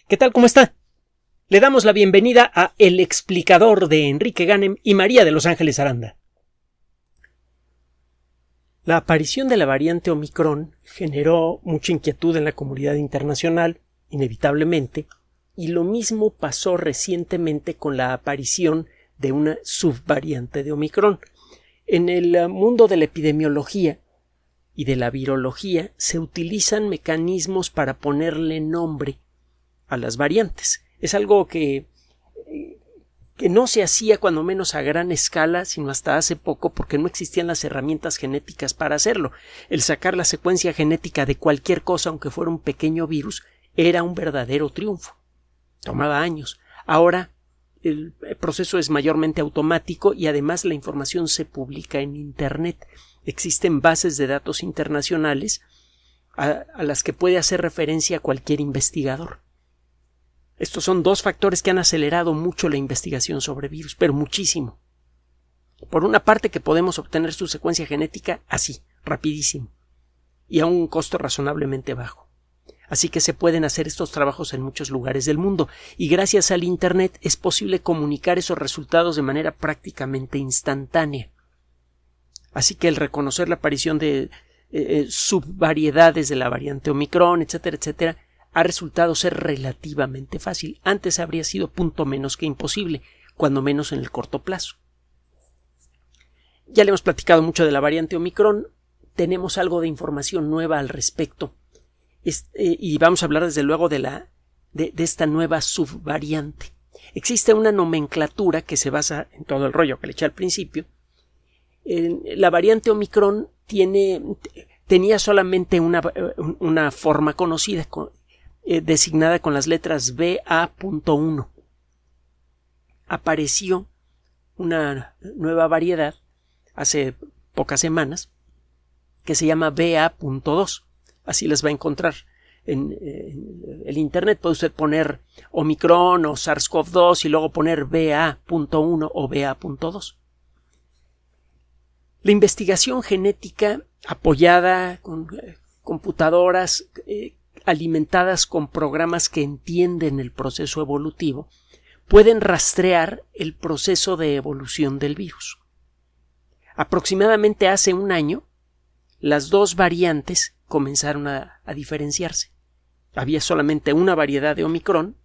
¿Qué tal? ¿Cómo está? Le damos la bienvenida a El Explicador de Enrique Ganem y María de Los Ángeles Aranda. La aparición de la variante Omicron generó mucha inquietud en la comunidad internacional, inevitablemente, y lo mismo pasó recientemente con la aparición de una subvariante de Omicron. En el mundo de la epidemiología y de la virología se utilizan mecanismos para ponerle nombre a las variantes. Es algo que no se hacía cuando menos a gran escala, sino hasta hace poco, porque no existían las herramientas genéticas para hacerlo. El sacar la secuencia genética de cualquier cosa, aunque fuera un pequeño virus, era un verdadero triunfo. Tomaba años. Ahora el proceso es mayormente automático y además la información se publica en Internet. Existen bases de datos internacionales a las que puede hacer referencia cualquier investigador. Estos son dos factores que han acelerado mucho la investigación sobre virus, pero muchísimo. Por una parte, que podemos obtener su secuencia genética así, rapidísimo, y a un costo razonablemente bajo. Así que se pueden hacer estos trabajos en muchos lugares del mundo, y gracias al Internet es posible comunicar esos resultados de manera prácticamente instantánea. Así que el reconocer la aparición de subvariedades de la variante Omicron, etcétera, etcétera, ha resultado ser relativamente fácil. Antes habría sido punto menos que imposible, cuando menos en el corto plazo. Ya le hemos platicado mucho de la variante Omicron, tenemos algo de información nueva al respecto, y vamos a hablar desde luego de esta nueva subvariante. Existe una nomenclatura que se basa en todo el rollo que le eché al principio. La variante Omicron tenía solamente una forma conocida, designada con las letras BA.1. Apareció una nueva variedad hace pocas semanas que se llama BA.2. Así las va a encontrar en el Internet. Puede usted poner Omicron o SARS-CoV-2 y luego poner BA.1 o BA.2. La investigación genética apoyada con computadoras alimentadas con programas que entienden el proceso evolutivo, pueden rastrear el proceso de evolución del virus. Aproximadamente hace un año, las dos variantes comenzaron a diferenciarse. Había solamente una variedad de Omicron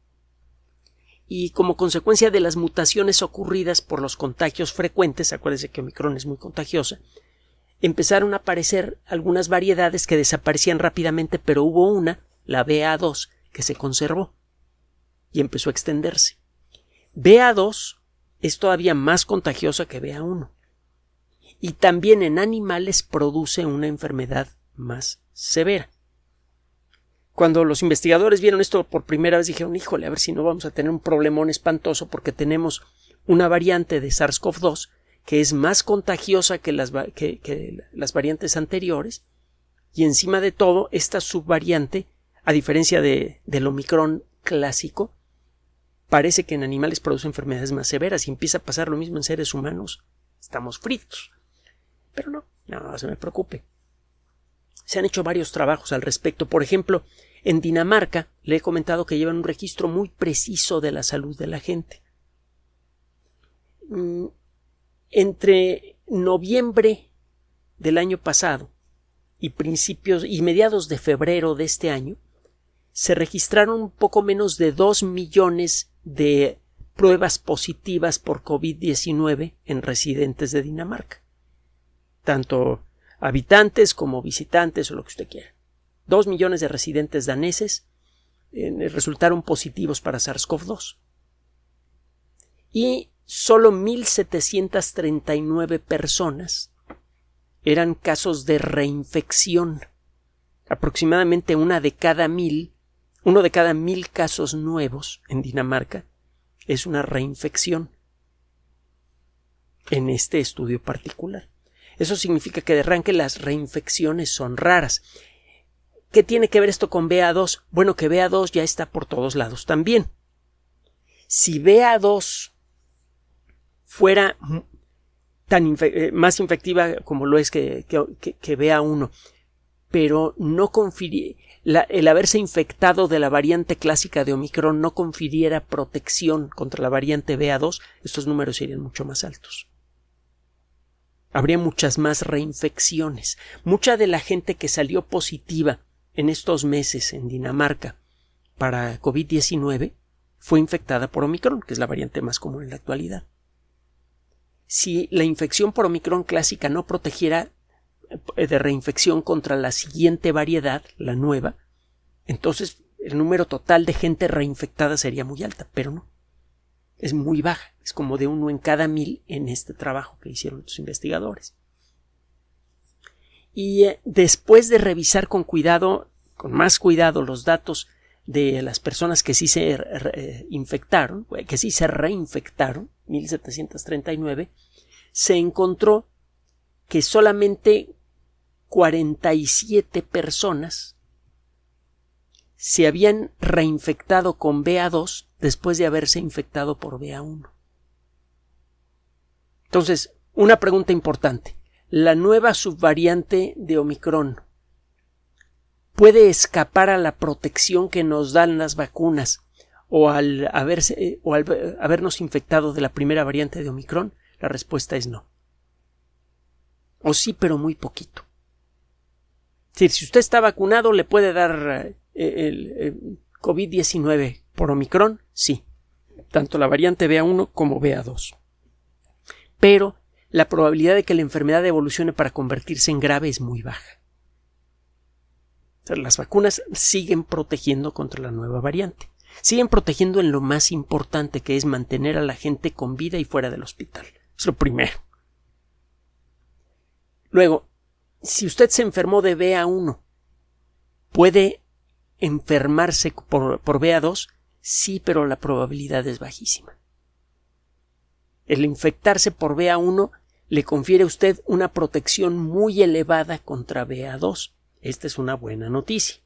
y como consecuencia de las mutaciones ocurridas por los contagios frecuentes, acuérdense que Omicron es muy contagiosa, empezaron a aparecer algunas variedades que desaparecían rápidamente, pero hubo una, la BA2, que se conservó y empezó a extenderse. BA2 es todavía más contagiosa que BA1 y también en animales produce una enfermedad más severa. Cuando los investigadores vieron esto por primera vez dijeron, híjole, a ver si no vamos a tener un problemón espantoso porque tenemos una variante de SARS-CoV-2 que es más contagiosa que las variantes anteriores, y encima de todo, esta subvariante, a diferencia del Omicron clásico, parece que en animales produce enfermedades más severas y empieza a pasar lo mismo en seres humanos. Estamos fritos. Pero no se me preocupe. Se han hecho varios trabajos al respecto. Por ejemplo, en Dinamarca le he comentado que llevan un registro muy preciso de la salud de la gente. Entre noviembre del año pasado y mediados de febrero de este año se registraron un poco menos de 2 millones de pruebas positivas por COVID-19 en residentes de Dinamarca, tanto habitantes como visitantes o lo que usted quiera. 2 millones de residentes daneses resultaron positivos para SARS-CoV-2 y solo 1,739 personas eran casos de reinfección. Aproximadamente uno de cada 1,000 casos nuevos en Dinamarca es una reinfección en este estudio particular. Eso significa que de arranque las reinfecciones son raras. ¿Qué tiene que ver esto con BA2? Bueno, que BA2 ya está por todos lados también. Si BA2 fuera más infectiva como lo es que BA1, pero no el haberse infectado de la variante clásica de Omicron no confiriera protección contra la variante BA2, estos números serían mucho más altos. Habría muchas más reinfecciones. Mucha de la gente que salió positiva en estos meses en Dinamarca para COVID-19 fue infectada por Omicron, que es la variante más común en la actualidad. Si la infección por Omicron clásica no protegiera de reinfección contra la siguiente variedad, la nueva, entonces el número total de gente reinfectada sería muy alta, pero no. Es muy baja, es como de 1 en cada 1000 en este trabajo que hicieron los investigadores. Y después de revisar con más cuidado los datos de las personas que sí se infectaron, que sí se reinfectaron, 1739, se encontró que solamente 47 personas se habían reinfectado con BA2 después de haberse infectado por BA1. Entonces, una pregunta importante. ¿La nueva subvariante de Omicron puede escapar a la protección que nos dan las vacunas o al habernos infectado de la primera variante de Omicron? La respuesta es no. O sí, pero muy poquito. Es decir, si usted está vacunado, ¿le puede dar el COVID-19 por Omicron? Sí. Tanto la variante BA1 como BA2. Pero la probabilidad de que la enfermedad evolucione para convertirse en grave es muy baja. O sea, las vacunas siguen protegiendo contra la nueva variante. Siguen protegiendo en lo más importante, que es mantener a la gente con vida y fuera del hospital. Es lo primero. Luego, si usted se enfermó de BA1, ¿puede enfermarse por BA2? Sí, pero la probabilidad es bajísima. El infectarse por BA1 le confiere a usted una protección muy elevada contra BA2. Esta es una buena noticia.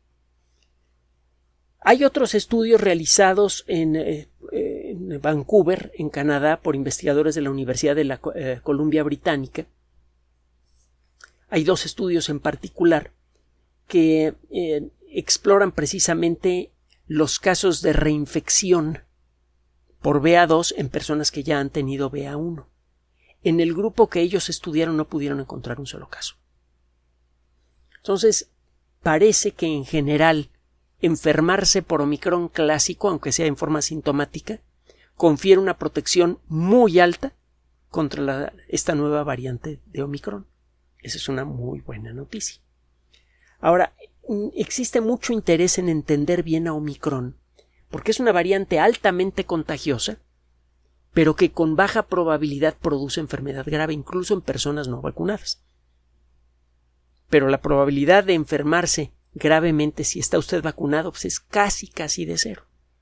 Hay otros estudios realizados en Vancouver, en Canadá, por investigadores de la Universidad de la Columbia Británica. Hay 2 estudios en particular que exploran precisamente los casos de reinfección por BA2 en personas que ya han tenido BA1. En el grupo que ellos estudiaron no pudieron encontrar un solo caso. Entonces, parece que en general enfermarse por Omicron clásico, aunque sea en forma sintomática, confiere una protección muy alta contra esta nueva variante de Omicron. Esa es una muy buena noticia. Ahora, existe mucho interés en entender bien a Omicron, porque es una variante altamente contagiosa, pero que con baja probabilidad produce enfermedad grave, incluso en personas no vacunadas. Pero la probabilidad de enfermarse gravemente si está usted vacunado pues es casi de cero.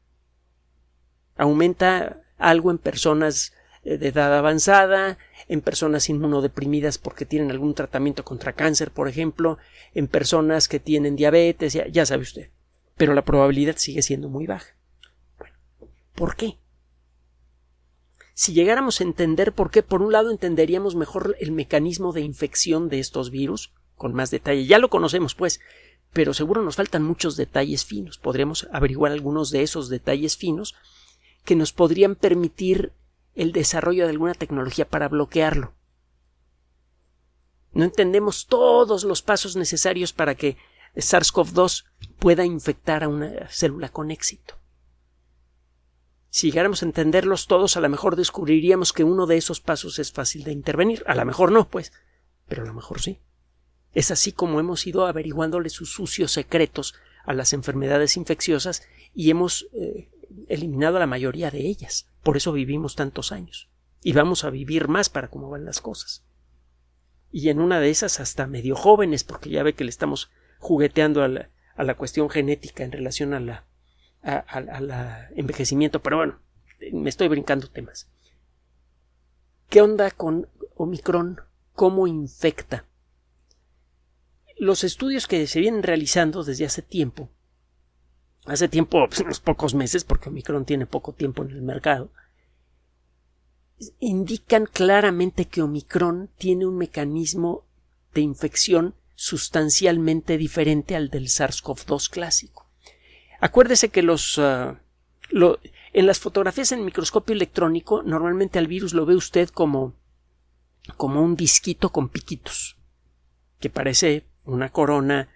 Aumenta algo en personas de edad avanzada, en personas inmunodeprimidas porque tienen algún tratamiento contra cáncer, por ejemplo, en personas que tienen diabetes, ya sabe usted. Pero la probabilidad sigue siendo muy baja. Bueno, ¿por qué? Si llegáramos a entender por qué, por un lado entenderíamos mejor el mecanismo de infección de estos virus con más detalle. Ya lo conocemos, pues, pero seguro nos faltan muchos detalles finos. Podríamos averiguar algunos de esos detalles finos que nos podrían permitir el desarrollo de alguna tecnología para bloquearlo. No entendemos todos los pasos necesarios para que SARS-CoV-2 pueda infectar a una célula con éxito. Si llegáramos a entenderlos todos, a lo mejor descubriríamos que uno de esos pasos es fácil de intervenir. A lo mejor no, pues, pero a lo mejor sí. Es así como hemos ido averiguándole sus sucios secretos a las enfermedades infecciosas y hemos eliminado a la mayoría de ellas. Por eso vivimos tantos años. Y vamos a vivir más para cómo van las cosas. Y en una de esas hasta medio jóvenes, porque ya ve que le estamos jugueteando a la cuestión genética en relación al envejecimiento. Pero bueno, me estoy brincando temas. ¿Qué onda con Omicron? ¿Cómo infecta? Los estudios que se vienen realizando desde hace tiempo, pues, unos pocos meses, porque Omicron tiene poco tiempo en el mercado, indican claramente que Omicron tiene un mecanismo de infección sustancialmente diferente al del SARS-CoV-2 clásico. Acuérdese que en las fotografías en microscopio electrónico normalmente al virus lo ve usted como un disquito con piquitos, que parece una corona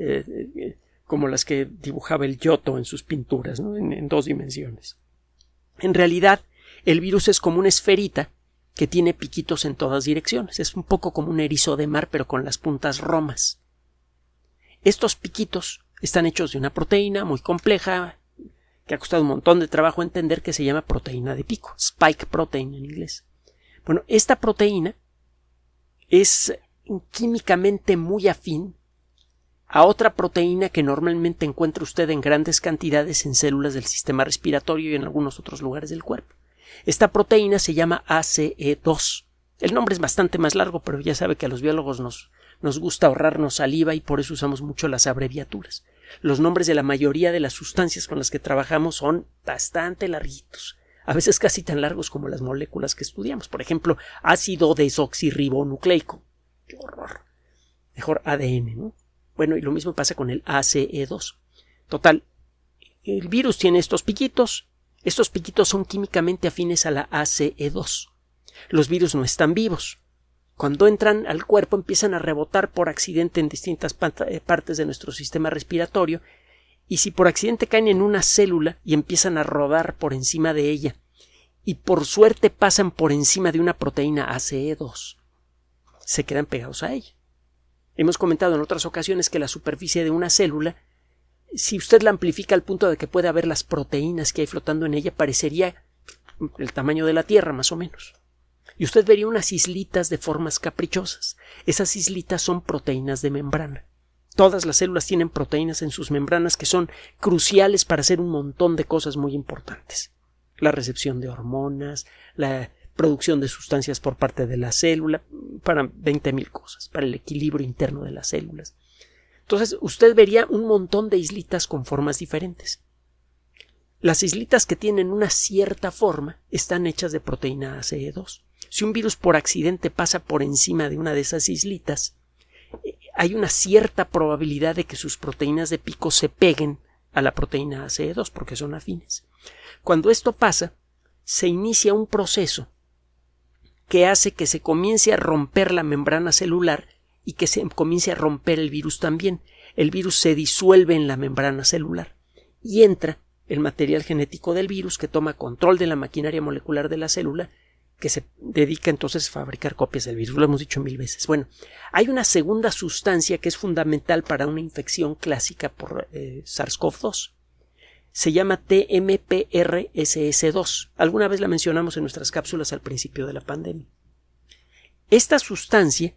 como las que dibujaba el Giotto en sus pinturas, ¿no? en 2 dimensiones. En realidad, el virus es como una esferita que tiene piquitos en todas direcciones. Es un poco como un erizo de mar, pero con las puntas romas. Estos piquitos están hechos de una proteína muy compleja que ha costado un montón de trabajo entender, que se llama proteína de pico, spike protein en inglés. Bueno, esta proteína es químicamente muy afín a otra proteína que normalmente encuentra usted en grandes cantidades en células del sistema respiratorio y en algunos otros lugares del cuerpo. Esta proteína se llama ACE2. El nombre es bastante más largo, pero ya sabe que a los biólogos nos gusta ahorrarnos saliva y por eso usamos mucho las abreviaturas. Los nombres de la mayoría de las sustancias con las que trabajamos son bastante larguitos, a veces casi tan largos como las moléculas que estudiamos. Por ejemplo, ácido desoxirribonucleico. ¡Qué horror! Mejor ADN, ¿no? Bueno, y lo mismo pasa con el ACE2. Total, el virus tiene estos piquitos. Estos piquitos son químicamente afines a la ACE2. Los virus no están vivos. Cuando entran al cuerpo empiezan a rebotar por accidente en distintas partes de nuestro sistema respiratorio, y si por accidente caen en una célula y empiezan a rodar por encima de ella, y por suerte pasan por encima de una proteína ACE2, se quedan pegados a ella. Hemos comentado en otras ocasiones que la superficie de una célula, si usted la amplifica al punto de que pueda ver las proteínas que hay flotando en ella, parecería el tamaño de la Tierra, más o menos. Y usted vería unas islitas de formas caprichosas. Esas islitas son proteínas de membrana. Todas las células tienen proteínas en sus membranas que son cruciales para hacer un montón de cosas muy importantes. La recepción de hormonas, la producción de sustancias por parte de la célula, para 20.000 cosas, para el equilibrio interno de las células. Entonces, usted vería un montón de islitas con formas diferentes. Las islitas que tienen una cierta forma están hechas de proteína ACE2. Si un virus por accidente pasa por encima de una de esas islitas, hay una cierta probabilidad de que sus proteínas de pico se peguen a la proteína ACE2 porque son afines. Cuando esto pasa, se inicia un proceso que hace que se comience a romper la membrana celular y que se comience a romper el virus también. El virus se disuelve en la membrana celular y entra el material genético del virus que toma control de la maquinaria molecular de la célula, que se dedica entonces a fabricar copias del virus. Lo hemos dicho 1000 veces. Bueno, hay una segunda sustancia que es fundamental para una infección clásica por SARS-CoV-2. Se llama TMPRSS2. Alguna vez la mencionamos en nuestras cápsulas al principio de la pandemia. Esta sustancia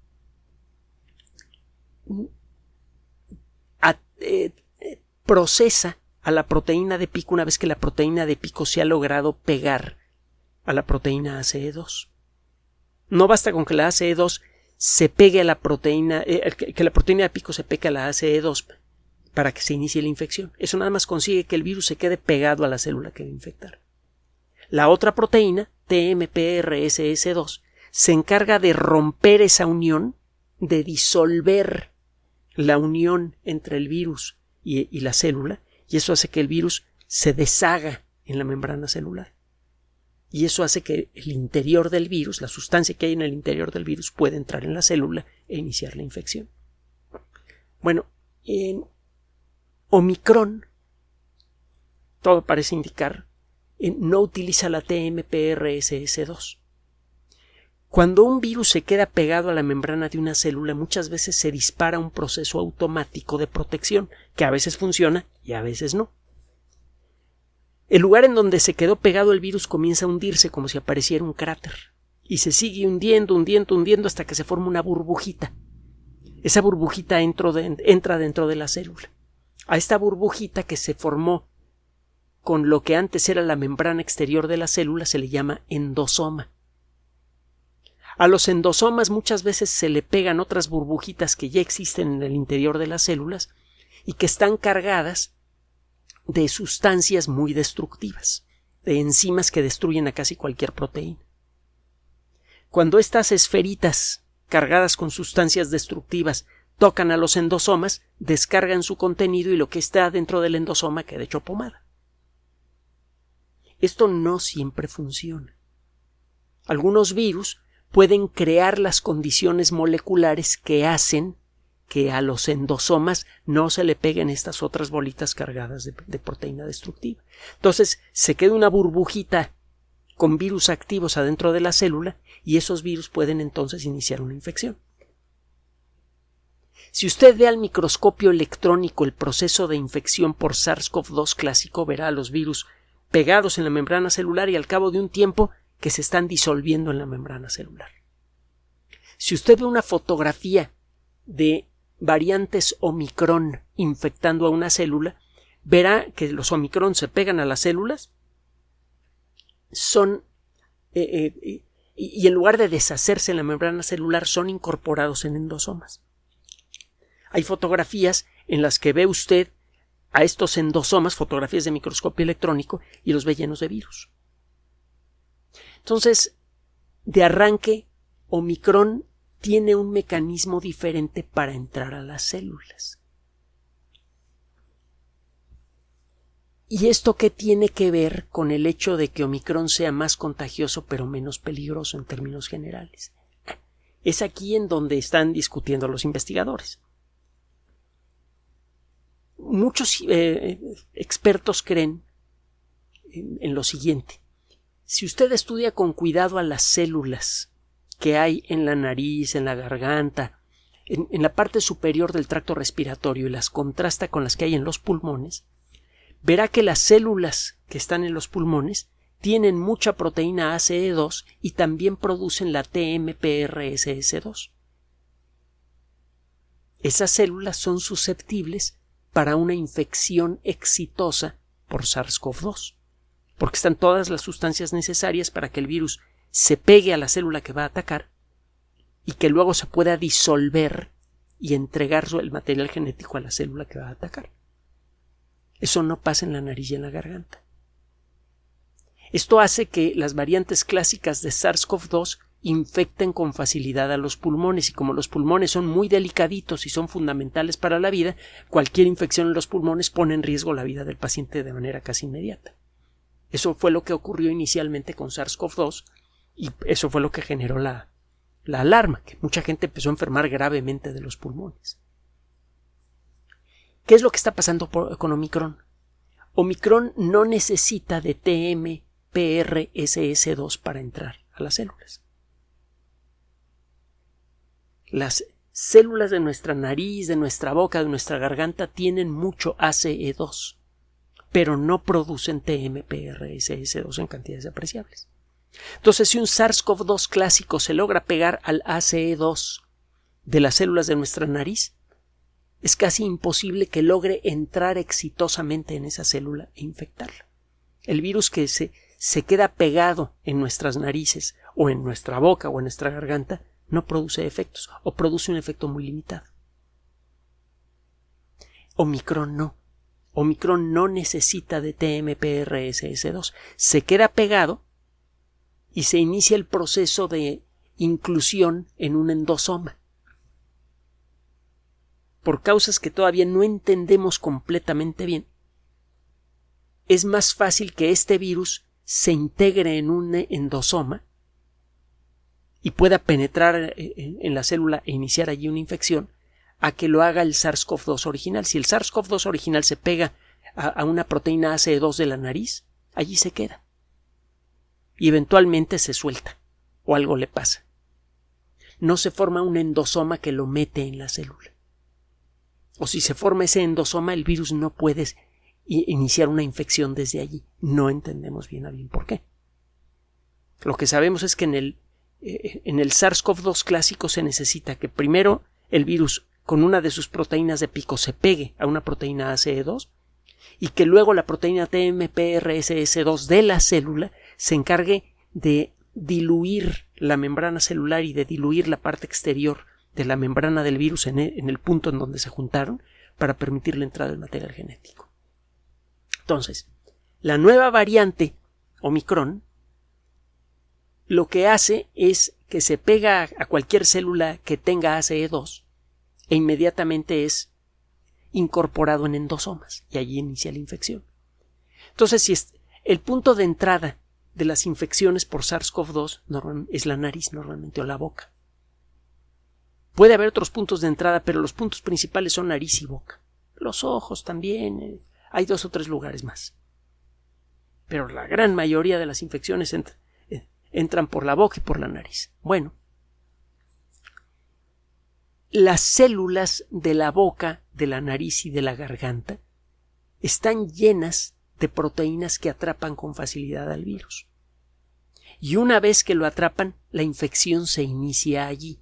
procesa a la proteína de pico una vez que la proteína de pico se ha logrado pegar a la proteína ACE2. No basta con que la ACE2 se pegue a la proteína, que la proteína de pico se pegue a la ACE2 para que se inicie la infección. Eso nada más consigue que el virus se quede pegado a la célula que va a infectar. La otra proteína, TMPRSS2, se encarga de romper esa unión, de disolver la unión entre el virus y la célula, y eso hace que el virus se deshaga en la membrana celular. Y eso hace que el interior del virus, la sustancia que hay en el interior del virus, pueda entrar en la célula e iniciar la infección. Bueno, en Omicron, todo parece indicar, no utiliza la TMPRSS2. Cuando un virus se queda pegado a la membrana de una célula, muchas veces se dispara un proceso automático de protección, que a veces funciona y a veces no. El lugar en donde se quedó pegado el virus comienza a hundirse como si apareciera un cráter, y se sigue hundiendo hasta que se forma una burbujita. Esa burbujita entra dentro de la célula. A esta burbujita que se formó con lo que antes era la membrana exterior de la célula se le llama endosoma. A los endosomas muchas veces se le pegan otras burbujitas que ya existen en el interior de las células y que están cargadas de sustancias muy destructivas, de enzimas que destruyen a casi cualquier proteína. Cuando estas esferitas cargadas con sustancias destructivas tocan a los endosomas, descargan su contenido y lo que está dentro del endosoma queda hecho pomada. Esto no siempre funciona. Algunos virus pueden crear las condiciones moleculares que hacen que a los endosomas no se le peguen estas otras bolitas cargadas de proteína destructiva. Entonces se queda una burbujita con virus activos adentro de la célula y esos virus pueden entonces iniciar una infección. Si usted ve al microscopio electrónico el proceso de infección por SARS-CoV-2 clásico, verá a los virus pegados en la membrana celular y al cabo de un tiempo que se están disolviendo en la membrana celular. Si usted ve una fotografía de variantes Omicron infectando a una célula, verá que los Omicron se pegan a las células, y en lugar de deshacerse en la membrana celular, son incorporados en endosomas. Hay fotografías en las que ve usted a estos endosomas, fotografías de microscopio electrónico, y los ve llenos de virus. Entonces, de arranque, Omicron tiene un mecanismo diferente para entrar a las células. ¿Y esto qué tiene que ver con el hecho de que Omicron sea más contagioso pero menos peligroso en términos generales? Es aquí en donde están discutiendo los investigadores. Muchos expertos creen en lo siguiente. Si usted estudia con cuidado a las células que hay en la nariz, en la garganta, en la parte superior del tracto respiratorio y las contrasta con las que hay en los pulmones, verá que las células que están en los pulmones tienen mucha proteína ACE2 y también producen la TMPRSS2. Esas células son susceptibles para una infección exitosa por SARS-CoV-2, porque están todas las sustancias necesarias para que el virus se pegue a la célula que va a atacar y que luego se pueda disolver y entregar el material genético a la célula que va a atacar. Eso no pasa en la nariz y en la garganta. Esto hace que las variantes clásicas de SARS-CoV-2 infecten con facilidad a los pulmones, y como los pulmones son muy delicaditos y son fundamentales para la vida, cualquier infección en los pulmones pone en riesgo la vida del paciente de manera casi inmediata. Eso fue lo que ocurrió inicialmente con SARS-CoV-2 y eso fue lo que generó la alarma, que mucha gente empezó a enfermar gravemente de los pulmones. ¿Qué es lo que está pasando con Omicron? Omicron no necesita de TMPRSS2 para entrar a las células. Las células de nuestra nariz, de nuestra boca, de nuestra garganta tienen mucho ACE2, pero no producen TMPRSS2 en cantidades apreciables. Entonces, si un SARS-CoV-2 clásico se logra pegar al ACE2 de las células de nuestra nariz, es casi imposible que logre entrar exitosamente en esa célula e infectarla. El virus que se queda pegado en nuestras narices o en nuestra boca o en nuestra garganta no produce efectos o produce un efecto muy limitado. Omicron no. Omicron no necesita de TMPRSS2. Se queda pegado y se inicia el proceso de inclusión en un endosoma. Por causas que todavía no entendemos completamente bien, es más fácil que este virus se integre en un endosoma y pueda penetrar en la célula e iniciar allí una infección, a que lo haga el SARS-CoV-2 original. Si el SARS-CoV-2 original se pega a una proteína ACE2 de la nariz, allí se queda. Y eventualmente se suelta, o algo le pasa. No se forma un endosoma que lo mete en la célula. O si se forma ese endosoma, el virus no puede iniciar una infección desde allí. No entendemos bien a bien por qué. Lo que sabemos es que en el SARS-CoV-2 clásico se necesita que primero el virus con una de sus proteínas de pico se pegue a una proteína ACE2 y que luego la proteína TMPRSS2 de la célula se encargue de diluir la membrana celular y de diluir la parte exterior de la membrana del virus en el punto en donde se juntaron para permitir la entrada del material genético. Entonces, la nueva variante Omicron lo que hace es que se pega a cualquier célula que tenga ACE2, e inmediatamente es incorporado en endosomas y allí inicia la infección. Entonces, si el punto de entrada de las infecciones por SARS-CoV-2 es la nariz normalmente o la boca. Puede haber otros puntos de entrada, pero los puntos principales son nariz y boca. Los ojos también, hay 2 o 3 lugares más. Pero la gran mayoría de las infecciones entran por la boca y por la nariz. Bueno, las células de la boca, de la nariz y de la garganta están llenas de proteínas que atrapan con facilidad al virus. Y una vez que lo atrapan, la infección se inicia allí.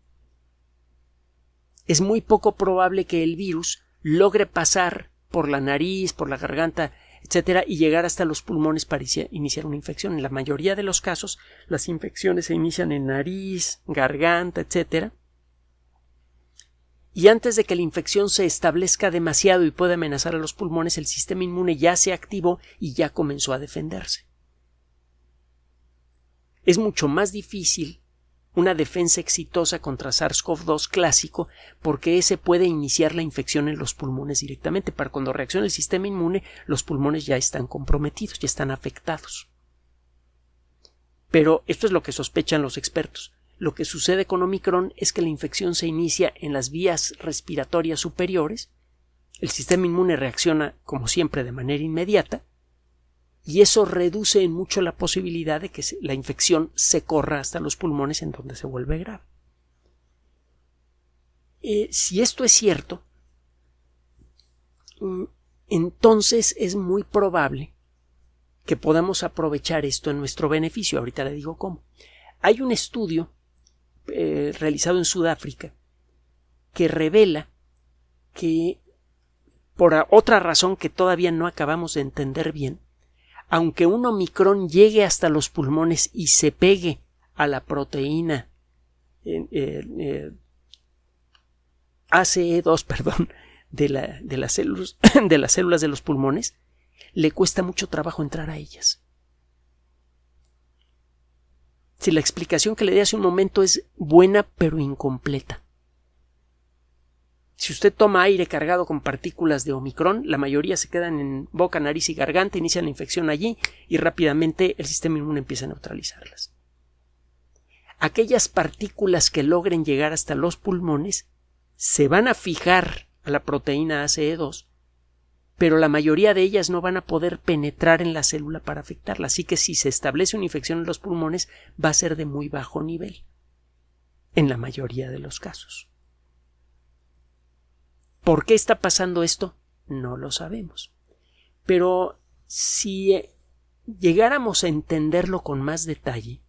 Es muy poco probable que el virus logre pasar por la nariz, por la garganta, etcétera, y llegar hasta los pulmones para iniciar una infección. En la mayoría de los casos, las infecciones se inician en nariz, garganta, etcétera. Y antes de que la infección se establezca demasiado y pueda amenazar a los pulmones, el sistema inmune ya se activó y ya comenzó a defenderse. Es mucho más difícil una defensa exitosa contra SARS-CoV-2 clásico porque ese puede iniciar la infección en los pulmones directamente. Para cuando reacciona el sistema inmune, los pulmones ya están comprometidos, ya están afectados. Pero esto es lo que sospechan los expertos. Lo que sucede con Omicron es que la infección se inicia en las vías respiratorias superiores, el sistema inmune reacciona como siempre de manera inmediata y eso reduce en mucho la posibilidad de que la infección se corra hasta los pulmones en donde se vuelve grave. Si esto es cierto, entonces es muy probable que podamos aprovechar esto en nuestro beneficio. Ahorita le digo cómo. Hay un estudio realizado en Sudáfrica que revela que, por otra razón que todavía no acabamos de entender bien, aunque un Omicron llegue hasta los pulmones y se pegue a la proteína ACE2, de las células de los pulmones, le cuesta mucho trabajo entrar a ellas. Si la explicación que le di hace un momento es buena pero incompleta. Si usted toma aire cargado con partículas de Omicron, la mayoría se quedan en boca, nariz y garganta, inician la infección allí y rápidamente el sistema inmune empieza a neutralizarlas. Aquellas partículas que logren llegar hasta los pulmones se van a fijar a la proteína ACE2, pero la mayoría de ellas no van a poder penetrar en la célula para afectarla. Así que si se establece una infección en los pulmones, va a ser de muy bajo nivel, en la mayoría de los casos. ¿Por qué está pasando esto? No lo sabemos. Pero si llegáramos a entenderlo con más detalle,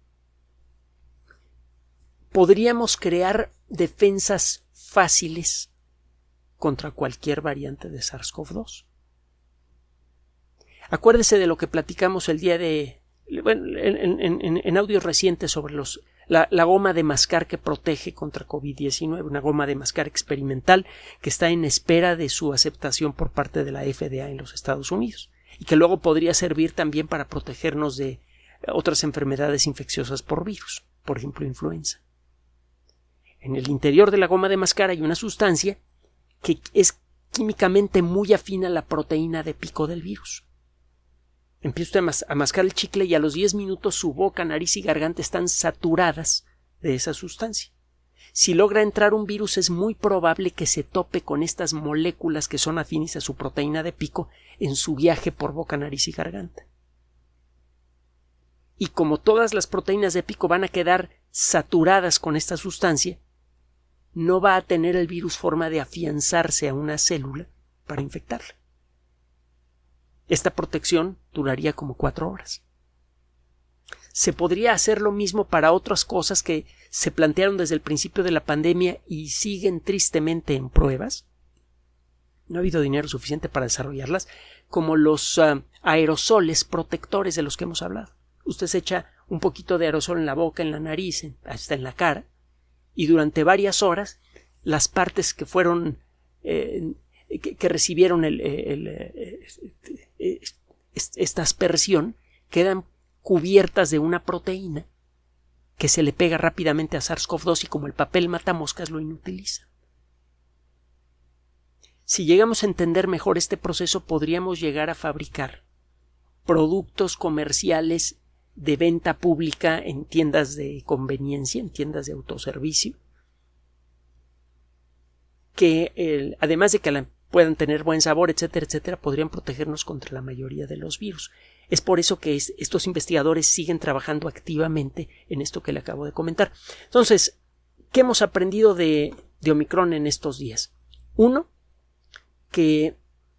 podríamos crear defensas fáciles contra cualquier variante de SARS-CoV-2. Acuérdese de lo que platicamos el día de... en audios recientes sobre la goma de mascar que protege contra COVID-19, una goma de mascar experimental que está en espera de su aceptación por parte de la FDA en los Estados Unidos y que luego podría servir también para protegernos de otras enfermedades infecciosas por virus, por ejemplo influenza. En el interior de la goma de mascar hay una sustancia que es químicamente muy afín a la proteína de pico del virus. Empieza usted a mascar el chicle y a los 10 minutos su boca, nariz y garganta están saturadas de esa sustancia. Si logra entrar un virus es muy probable que se tope con estas moléculas que son afines a su proteína de pico en su viaje por boca, nariz y garganta. Y como todas las proteínas de pico van a quedar saturadas con esta sustancia, no va a tener el virus forma de afianzarse a una célula para infectarla. Esta protección duraría como 4 horas. Se podría hacer lo mismo para otras cosas que se plantearon desde el principio de la pandemia y siguen tristemente en pruebas. No ha habido dinero suficiente para desarrollarlas, como los aerosoles protectores de los que hemos hablado. Usted se echa un poquito de aerosol en la boca, en la nariz, hasta en la cara, y durante varias horas las partes que fueron que recibieron esta aspersión quedan cubiertas de una proteína que se le pega rápidamente a SARS-CoV-2 y como el papel matamoscas lo inutiliza. Si llegamos a entender mejor este proceso, podríamos llegar a fabricar productos comerciales de venta pública en tiendas de conveniencia, en tiendas de autoservicio, que además de que puedan tener buen sabor, etcétera, etcétera, podrían protegernos contra la mayoría de los virus. Es por eso que estos investigadores siguen trabajando activamente en esto que le acabo de comentar. Entonces, ¿qué hemos aprendido de Omicron en estos días? Uno, que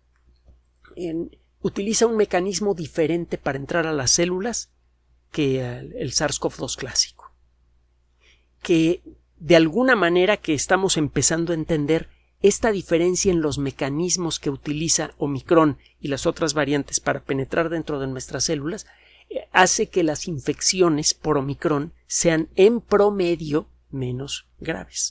utiliza un mecanismo diferente para entrar a las células que el SARS-CoV-2 clásico. Que de alguna manera que estamos empezando a entender esta diferencia en los mecanismos que utiliza Omicron y las otras variantes para penetrar dentro de nuestras células hace que las infecciones por Omicron sean en promedio menos graves.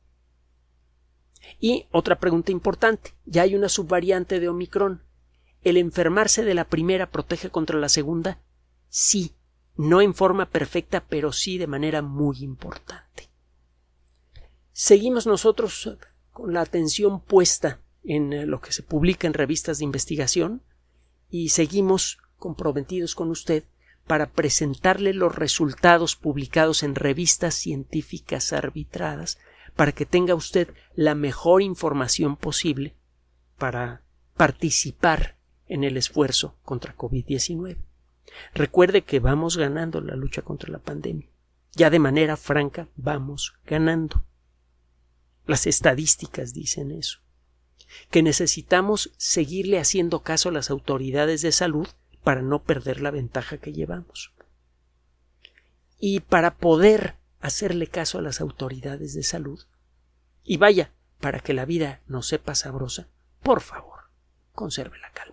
Y otra pregunta importante, ya hay una subvariante de Omicron. ¿El enfermarse de la primera protege contra la segunda? Sí, no en forma perfecta, pero sí de manera muy importante. Seguimos nosotros con la atención puesta en lo que se publica en revistas de investigación y seguimos comprometidos con usted para presentarle los resultados publicados en revistas científicas arbitradas para que tenga usted la mejor información posible para participar en el esfuerzo contra COVID-19. Recuerde que vamos ganando la lucha contra la pandemia. Ya de manera franca vamos ganando. Las estadísticas dicen eso. Que necesitamos seguirle haciendo caso a las autoridades de salud para no perder la ventaja que llevamos. Y para poder hacerle caso a las autoridades de salud, y vaya, para que la vida nos sepa sabrosa, por favor, conserve la calma.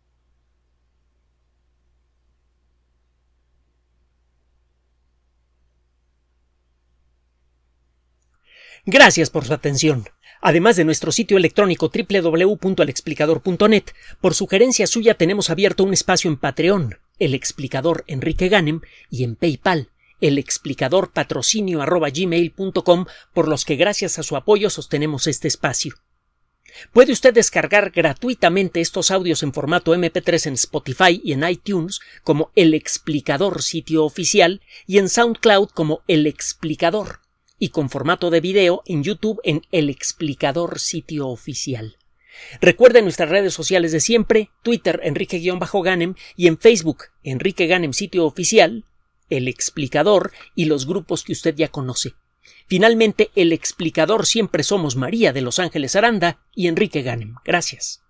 Gracias por su atención. Además de nuestro sitio electrónico www.alexplicador.net, por sugerencia suya tenemos abierto un espacio en Patreon, El Explicador Enrique Ganem, y en PayPal, elexplicadorpatrocinio@gmail.com, por los que gracias a su apoyo sostenemos este espacio. Puede usted descargar gratuitamente estos audios en formato MP3 en Spotify y en iTunes como El Explicador sitio oficial y en SoundCloud como El Explicador, y con formato de video en YouTube en El Explicador sitio oficial. Recuerde nuestras redes sociales de siempre, Twitter Enrique-Ganem y en Facebook Enrique Ganem sitio oficial, El Explicador y los grupos que usted ya conoce. Finalmente, El Explicador siempre somos María de Los Ángeles Aranda y Enrique Ganem. Gracias.